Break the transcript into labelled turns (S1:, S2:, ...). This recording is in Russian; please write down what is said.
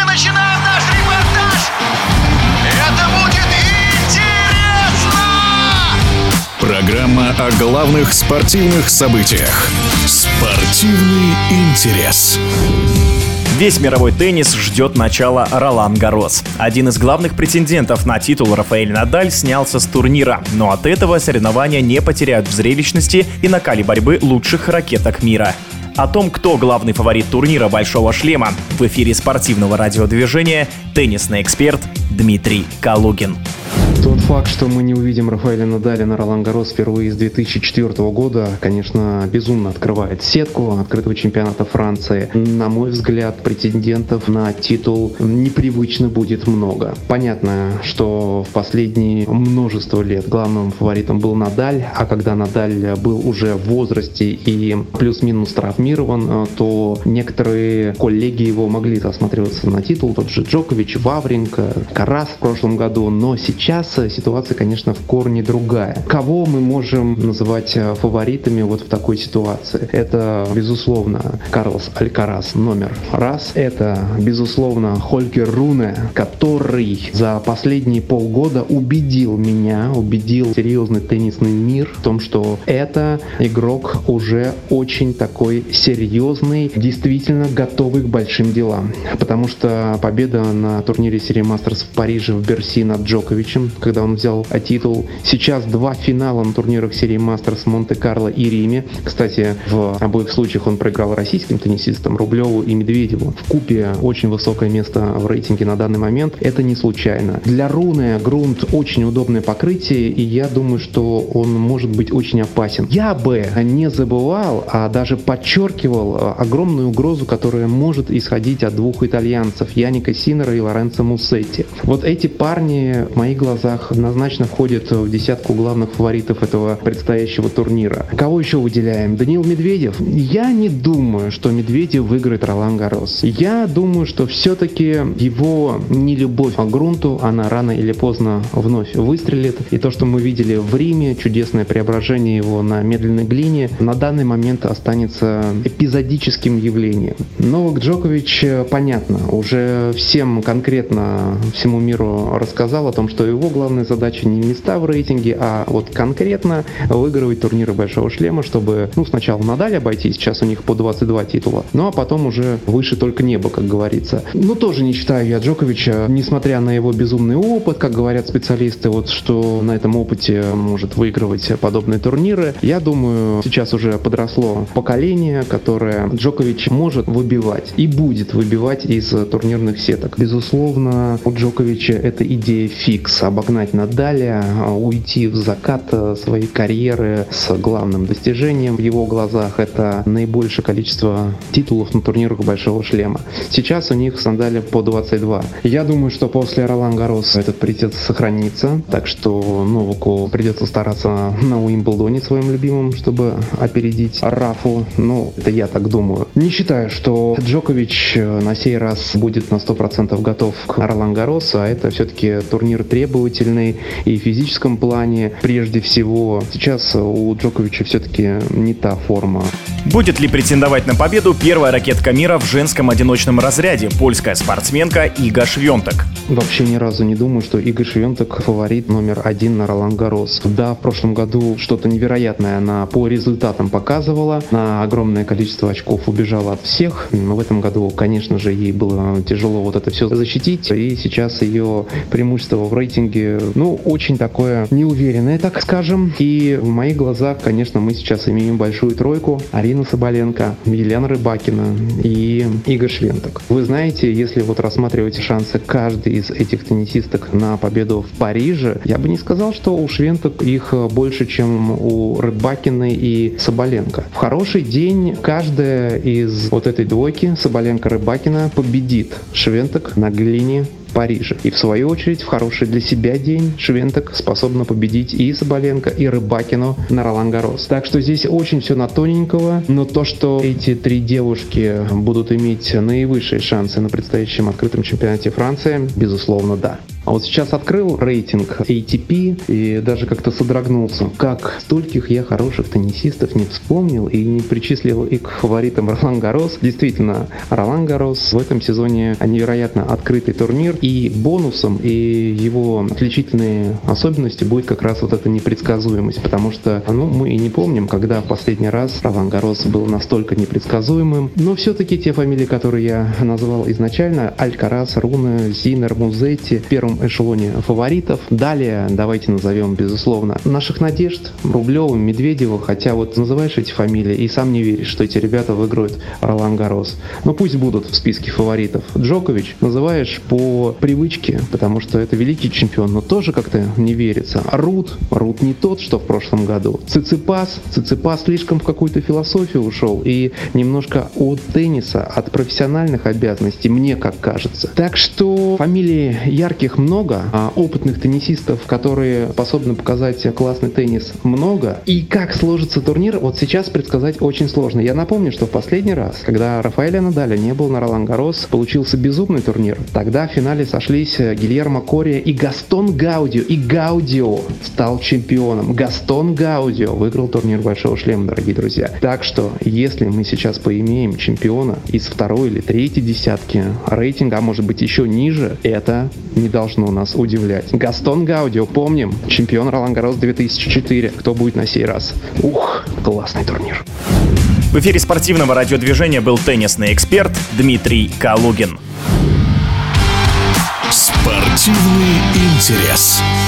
S1: начинаем наш репортаж. Это будет интересно!
S2: Программа о главных спортивных событиях. Спортивный интерес.
S3: Весь мировой теннис ждет начала Ролан-Гаррос. Один из главных претендентов на титул Рафаэль Надаль снялся с турнира, но от этого соревнования не потеряют в зрелищности и накале борьбы лучших ракеток мира. О том, кто главный фаворит турнира «Большого шлема», в эфире спортивного радиодвижения теннисный эксперт Дмитрий Калугин.
S4: Тот факт, что мы не увидим Рафаэля Надаля на Ролан-Гаррос впервые с 2004 года, конечно, безумно открывает сетку открытого чемпионата Франции. На мой взгляд, претендентов на титул непривычно будет много. Понятно, что в последние множество лет главным фаворитом был Надаль, а когда Надаль был уже в возрасте и плюс-минус травмирован, то некоторые коллеги его могли засматриваться на титул, тот же Джокович, Вавринка, Карас в прошлом году, но сейчас ситуация, конечно, в корне другая. Кого мы можем называть фаворитами вот в такой ситуации? Это, безусловно, Карлос Алькарас номер раз. Это, безусловно, Хольгер Руне, который за последние полгода убедил серьезный теннисный мир в том, что это игрок уже очень такой серьезный, действительно готовый к большим делам. Потому что победа на турнире Серии Мастерс в Париже в Берси над Джоковичем, когда он взял титул. Сейчас 2 финала на турнирах серии Мастерс в Монте-Карло и Риме. Кстати, в обоих случаях он проиграл российским теннисистам Рублеву и Медведеву. Вкупе очень высокое место в рейтинге на данный момент. Это не случайно. Для Руне грунт очень удобное покрытие, и я думаю, что он может быть очень опасен. Я бы не забывал, а даже подчеркивал огромную угрозу, которая может исходить от 2 итальянцев, Яника Синнера и Лоренцо Муссетти. Вот эти парни в моих глазах однозначно входят в десятку главных фаворитов этого предстоящего турнира. Кого еще выделяем? Даниил Медведев. Я не думаю, что Медведев выиграет Ролан-Гаррос. Я думаю, что все-таки его нелюбовь к грунту, она рано или поздно вновь выстрелит. И то, что мы видели в Риме, чудесное преображение его на медленной глине, на данный момент останется эпизодическим явлением. Новак Джокович, понятно, уже всем конкретно, всему миру рассказал о том, что его главная задача не места в рейтинге, а вот конкретно выигрывать турниры Большого шлема, чтобы, сначала Надаль обойти, сейчас у них по 22 титула, а потом уже выше только небо, как говорится. Тоже не считаю я Джоковича, несмотря на его безумный опыт, как говорят специалисты, что на этом опыте может выигрывать подобные турниры. Я думаю, сейчас уже подросло поколение, которое Джокович может выбивать и будет выбивать из турнирных сеток. Безусловно, у Джоковича это идея фикс. Обогнать Надаля, уйти в закат своей карьеры с главным достижением в его глазах — это наибольшее количество титулов на турнирах Большого шлема. Сейчас у них с Надалем по 22. Я думаю, что после Ролан-Гаррос этот паритет сохранится, так что Новаку придется стараться на Уимблдоне своим любимым, чтобы опередить Рафу. Это я так думаю. Не считаю, что Джокович на сей раз будет на 100% готов к Ролан-Гарросу, а это все-таки турнир требовательный и в физическом плане прежде всего. Сейчас у Джоковича все-таки не та форма.
S3: Будет ли претендовать на победу первая ракетка мира в женском одиночном разряде, польская спортсменка Ига Швентек?
S4: Вообще ни разу не думаю, что Ига Швентек фаворит номер 1 на Ролан-Гаррос. Да, в прошлом году что-то невероятное она по результатам показывала, на огромное количество очков убежала от всех. В этом году, конечно же, ей было тяжело это все защитить, и сейчас ее преимущество в рейтинге, очень такое неуверенное, так скажем. И в моих глазах, конечно, мы сейчас имеем большую тройку: Арина Соболенко, Елена Рыбакина и Ига Швентек. Вы знаете, если рассматривать шансы каждой из этих теннисисток на победу в Париже, я бы не сказал, что у Швентек их больше, чем у Рыбакиной и Соболенко. В хороший день каждая из этой двойки, Соболенко-Рыбакина, победит Швентек на глине Париже. И в свою очередь в хороший для себя день Швентек способна победить и Соболенко, и Рыбакину на Ролан-Гаррос. Так что здесь очень все на тоненького, но то, что эти три девушки будут иметь наивысшие шансы на предстоящем открытом чемпионате Франции, безусловно, да. А вот сейчас открыл рейтинг ATP и даже как-то содрогнулся. Как стольких я хороших теннисистов не вспомнил и не причислил и к фаворитам Ролан-Гаррос. Действительно, Ролан-Гаррос в этом сезоне невероятно открытый турнир, и бонусом, и его отличительной особенностью будет как раз вот эта непредсказуемость, потому что, мы и не помним, когда в последний раз Ролан-Гаррос был настолько непредсказуемым. Но все-таки те фамилии, которые я назвал изначально, Алькарас, Руне, Зинер, Музетти, в первом эшелоне фаворитов. Далее давайте назовем, безусловно, наших надежд: Рублева, Медведева, хотя вот называешь эти фамилии и сам не веришь, что эти ребята выиграют Ролан-Гаррос. Но пусть будут в списке фаворитов. Джокович называешь по привычке, потому что это великий чемпион, но тоже как-то не верится. Рут не тот, что в прошлом году. Циципас слишком в какую-то философию ушел и немножко от тенниса, от профессиональных обязанностей, мне как кажется. Так что фамилий ярких много, а опытных теннисистов, которые способны показать классный теннис, много. И как сложится турнир, вот сейчас предсказать очень сложно. Я напомню, что в последний раз, когда Рафаэля Надаля не был на Ролан-Гаррос, получился безумный турнир. Тогда в финале сошлись Гильермо Кория и Гастон Гаудио. И Гаудио стал чемпионом. Гастон Гаудио выиграл турнир Большого шлема, дорогие друзья. Так что, если мы сейчас поимеем чемпиона из второй или третьей десятки рейтинга, а может быть еще ниже, это не должно нас удивлять. Гастон Гаудио, помним, чемпион Ролан-Гаррос 2004. Кто будет на сей раз? Классный турнир.
S3: В эфире спортивного радиодвижения был теннисный эксперт Дмитрий Калугин.
S2: Спортивный интерес.